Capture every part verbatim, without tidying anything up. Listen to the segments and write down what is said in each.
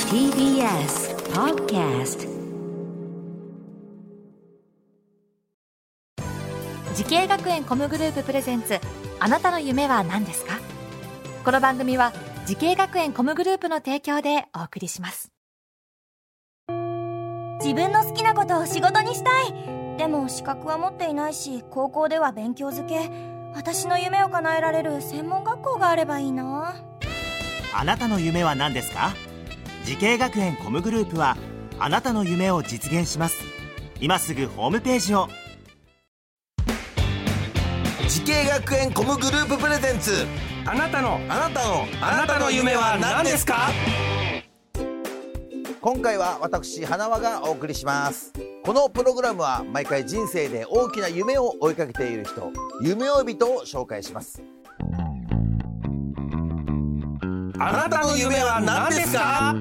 ティービーエス Podcast。 時系学園コムグループプレゼンツ、あなたの夢は何ですか？この番組は時系学園コムグループの提供でお送りします。 自分の好きなことを仕事にしたい。でも資格は持っていないし、高校では勉強づけ。私の夢を叶えられる専門学校があればいいな。 あなたの夢は何ですか？時系学園コムグループはあなたの夢を実現します。今すぐホームページを。 時系学園コムグループプレゼンツ、 あなたのあなたのあなたの夢は何ですか？ 今回は私花輪がお送りします。このプログラムは毎回人生で大きな夢を追いかけている人、夢追い人を紹介します。 あなたの夢は何ですか？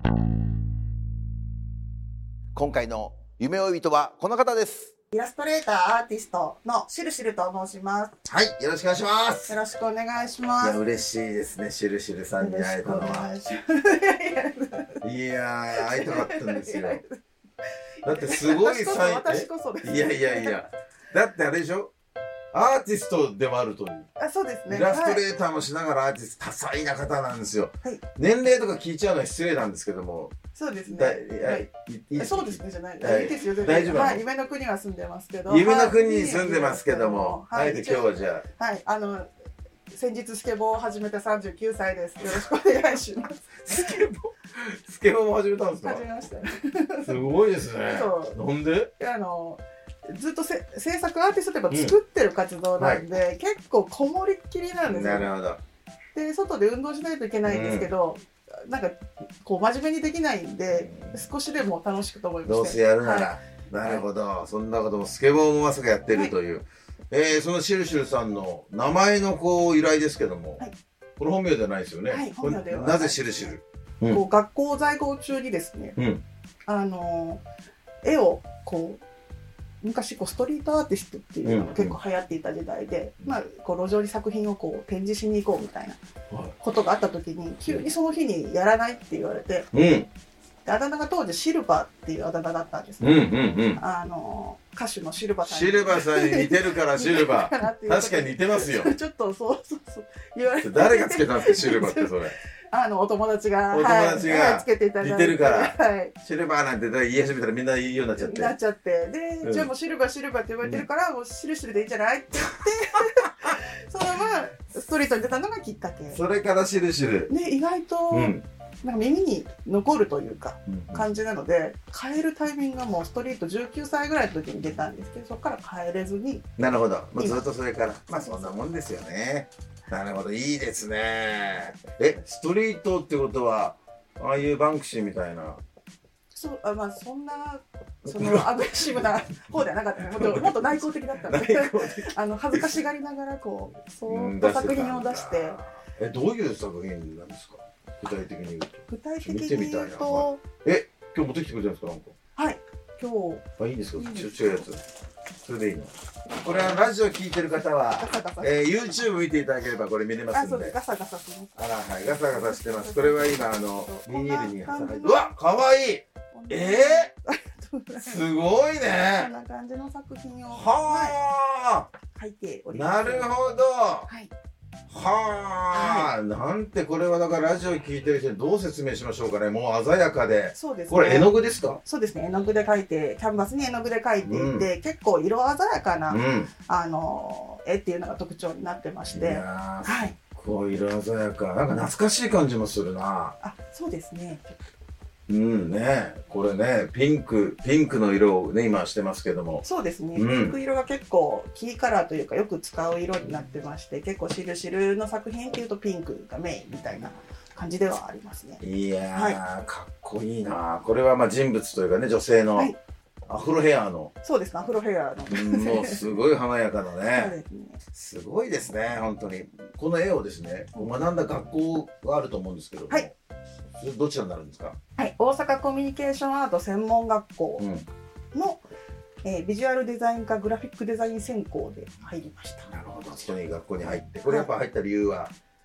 今回の夢追い人はこの方です。 イラストレーターアーティストのしるしると申します。 はい、よろしくお願いします。 よろしくお願いします。 いや、嬉しいですね、しるしるさんに会えたのは。いやー、会いたかったんですよ。だってすごいサイン、 私こそです。 いやいやいや、だってあれでしょ、アーティストでもあるという。 あ、そうですね。 イラストレーターもしながらアーティスト、多彩な方なんですよ。 はい。 年齢とか聞いちゃうのは失礼なんですけども。 そうですね。 だいはい。 いいそうですねじゃない。 はいいいですよ。 大丈夫。 はい。夢の国は住んでますけど。 夢の国に住んでますけども。 はい。 今日はじゃあ。はい。あの先日スケボーを始めてさんじゅうきゅうさいです。よろしくお願いします。 スケボースケボーも始めたんですか？ 始めました。 すごいですね。 そう。 なんで？ あの。ずっとせ制作アーティストってやっぱ作ってる活動なんで、うん、はい、結構こもりっきりなんですよ。 なるほど。 で外で運動しないといけないんですけど、うん、なんかこう真面目にできないんで、うん、少しでも楽しくと思いまして。 どうせやるなら、はい、なるほど、はい、そんなこともスケボーもまさかやってるという、はい、えー、そのしるしるさんの名前のこう由来ですけども、はい、これ本名じゃないですよね。 はい、本名ではなぜしるしる？ うん、こう学校在校中にですね、うん、あの絵をこう昔こうストリートアーティストっていうのが結構流行っていた時代で、うんうん、まあ、こう路上に作品をこう展示しに行こうみたいなことがあった時に、急にその日にやらないって言われて、うん、であだ名が当時シルバーっていうあだ名だったんですね、うんうんうん、あの歌手のシルバーさんシルバーさんに似てるからシルバー確かに似てますよ。 ちょっとそうそうそう言われて、 誰がつけたんですかシルバーってそれ？ あのお友達がお友達が、 はい、つけていただいて、 似てるから、 はい、 シルバーなんて言い始めたらみんな言うようになっちゃってなっちゃってで、うん、じゃあもうシルバーシルバーって言われてるから、うん、もうシルシルでいいんじゃないって言ってそのままストリートに出たのがきっかけ。 それからシルシルね、意外と、うん、なんか耳に残るというか、うん、感じなので変えるタイミングがもうストリートじゅうきゅうさいぐらいの時に出たんですけど、そこから変えれずに。 なるほど、もうずっとそれからまあそんなもんですよね。なるほど、いいですね。え、ストリートってことはああいうバンクシーみたいな。 そう、あ、まあそんなそのアグレッシブな方ではなかったね。もっともっと内向的だったのであの恥ずかしがりながらこうそうっと作品を出して。え、 どういう作品なんですか？具体的に言うと。 具体的に言うと、 え、今日持ってきてくれたんですか？なんか。 はい、今日。 あ、いいんですか？ちょっと違うやつ。それでいいの。これはラジオ聞いてる方は、えー、YouTube 見ていただければこれ見れますんで。 あ、そうです。ガサガサしてます。 あら、はい、ガサガサしてます。これは今あのビニールに挟まれて。うわ、可愛い。えー、すごいね。 こんな感じの作品をはあ、書いております。 なるほど。はい。はあ、はい、なんてこれはだからラジオ聞いてる人にどう説明しましょうかね。もう鮮やかで。 そうですね。 これ絵の具ですか？ そうですね。絵の具で描いて、キャンバスに絵の具で描いていて、うん、結構色鮮やかな、うん、あの絵っていうのが特徴になってまして。いやー、はい。こう色鮮やか、なんか懐かしい感じもするな。 あ、そうですね。 うんね、これね、ピンク、ピンクの色をね、今してますけども。 そうですね、うん、ピンク色が結構キーカラーというかよく使う色になってまして、結構しるしるの作品っていうとピンクがメインみたいな感じではありますね。 いやー、はい、かっこいいな。これはまあ人物というかね、女性の、はい、アフロヘアの。 そうですね、アフロヘアの。 もうすごい華やかなね。 そうですね。 すごいですね、本当に。この絵をですね、学んだ学校があると思うんですけども。はい。どちらになるんですか？ はい、大阪コミュニケーションアート専門学校の、うん、えー、ビジュアルデザイン科グラフィックデザイン専攻で入りました。 なるほど、そこに学校に入って、これやっぱ入った理由は？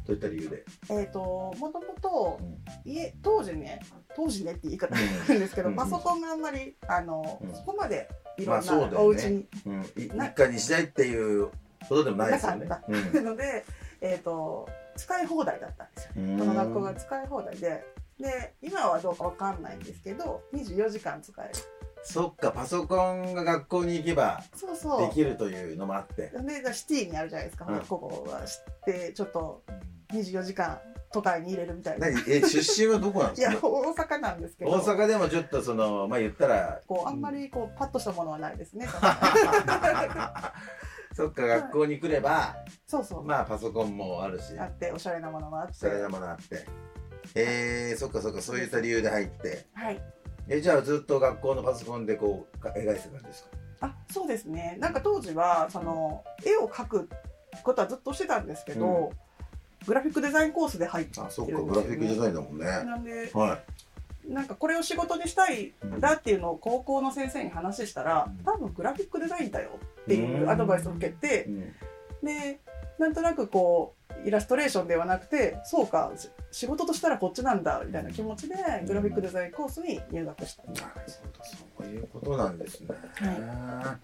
どういった理由で？ えっともともと家当時ね当時ねって言い方なんですけど、 うん、 パソコンがあんまりあの、うん、そこまでいろんなお家に、 まあね、うん、一家にしたいっていうことでもないですよね。 なかったので、えっと使い放題だったんですよね。この学校が使い放題で、で今はどうかわかんないんですけど、にじゅうよじかん使える。 そっか、パソコンが学校に行けばできるというのもあって。 そうそうでシティにあるじゃないですか。うん、ここは知ってちょっとにじゅうよじかん都会に入れるみたいな。 え出身はどこなんですか？ いや大阪なんですけど。 大阪でもちょっとそのまあ言ったらこうあんまりこうパッとしたものはないですね。 そっか、学校に来れば、はい、 そうそう、 まあパソコンもあるし、 あっておしゃれなものもあって、 おしゃれなものあって、えー、そっかそっか、そういった理由で入って、 はい。 えじゃあずっと学校のパソコンでこう描いてたんですか？ あ、そうですね。なんか当時はその絵を描くことはずっとしてたんですけど、うん、グラフィックデザインコースで入ってるんですよね。 あ、そっか、グラフィックデザインだもんね。 なんで、 はい。 なんかこれを仕事にしたいんだっていうのを高校の先生に話したら、うん、多分グラフィックデザインだよっていうアドバイスを受けて、うん、でなんとなくこうイラストレーションではなくて、そうか仕事としたらこっちなんだみたいな気持ちでグラフィックデザインコースに入学した。なるほど、 そういうことなんですね。 はい、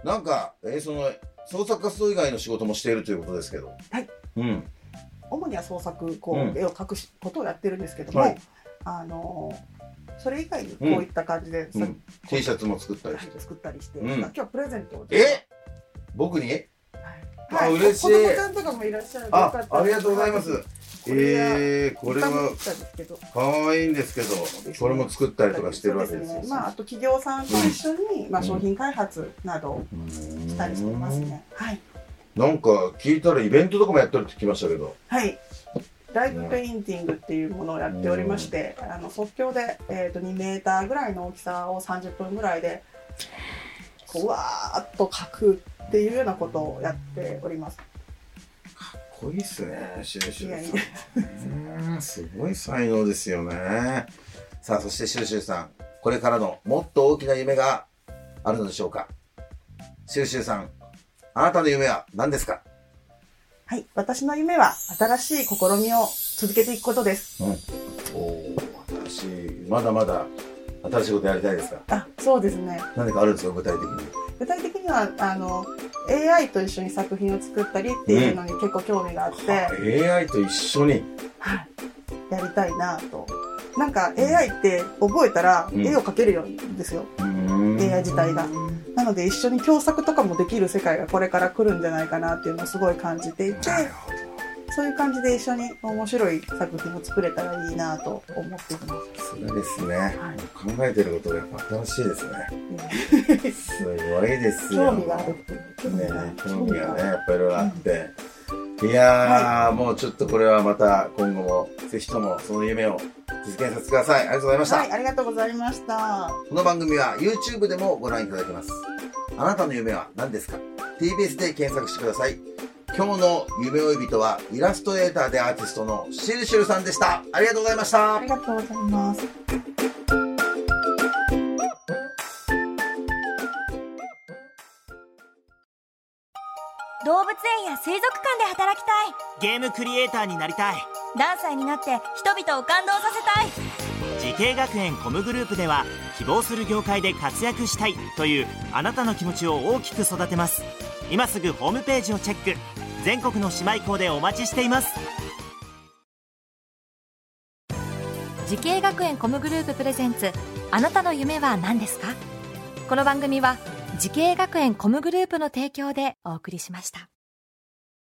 なんか、えー、その創作活動以外の仕事もしているということですけど、 はい、 うん、 主には創作こう、うん、絵を描くことをやってるんですけども、はい、あのそれ以外にこういった感じで、 うんうん、T シャツも作ったりして、 作ったりして、 うん、 今日はプレゼントを。 え僕に？はい、あ、嬉しい。 子供ちゃんとかもいらっしゃる。 あ、ありがとうございます。えー、これは可愛いんですけど、これも作ったりとかしてるわけですよ。 まああと企業さんと一緒にまあ商品開発などをしたりしてますね。はい。 なんか聞いたらイベントとかもやってるって聞きましたけど。 はい。ライブペインティングっていうものをやっておりまして、あの即興でえっとにメーターぐらいの大きさをさんじゅっぷんぐらいでこうわーっと描くっていうようなことをやっております。 かっこいいっすね、シュルシュルさん。すごい才能ですよね。さあ、そしてシュルシュルさん、これからのもっと大きな夢があるのでしょうか？シュルシュルさん、あなたの夢は何ですか？ はい、私の夢は新しい試みを続けていくことです。うん、 お新しい、まだまだ新しいことやりたいですか？ あ、そうですね。 何かあるんですか、具体的に？ 具体的にはあの エーアイ と一緒に作品を作ったりっていうのに結構興味があって、うん、 エーアイ と一緒に、 はい、やりたいなと。なんか エーアイ って覚えたら絵を描けるようんですよ、うん、エーアイ 自体が。なので一緒に共作とかもできる世界がこれから来るんじゃないかなっていうのをすごい感じていて、そういう感じで一緒に面白い作品を作れたらいいなと思っています。 それですね、はい、考えてることがやっぱ新しいですね。すごいですよ。 興味があるっていうね、興味がねやっぱいろいろあって、うん、いやー、はい、もうちょっとこれはまた今後もぜひともその夢を実現させてください。ありがとうございました。 はい、ありがとうございました。 この番組は YouTube でもご覧いただけます。あなたの夢は何ですか？ ティービーエス で検索してください。今日の夢追い人はイラストレーターでアーティストのシルシュルさんでした。ありがとうございました。 ありがとうございます。 動物園や水族館で働きたい。 ゲームクリエイターになりたい。 ダンサーになって人々を感動させたい。 時系学園コムグループでは希望する業界で活躍したいというあなたの気持ちを大きく育てます。今すぐホームページをチェック。全国の姉妹校でお待ちしています。 時系学園コムグループプレゼンツ、あなたの夢は何ですか？この番組は時系学園コムグループの提供でお送りしました。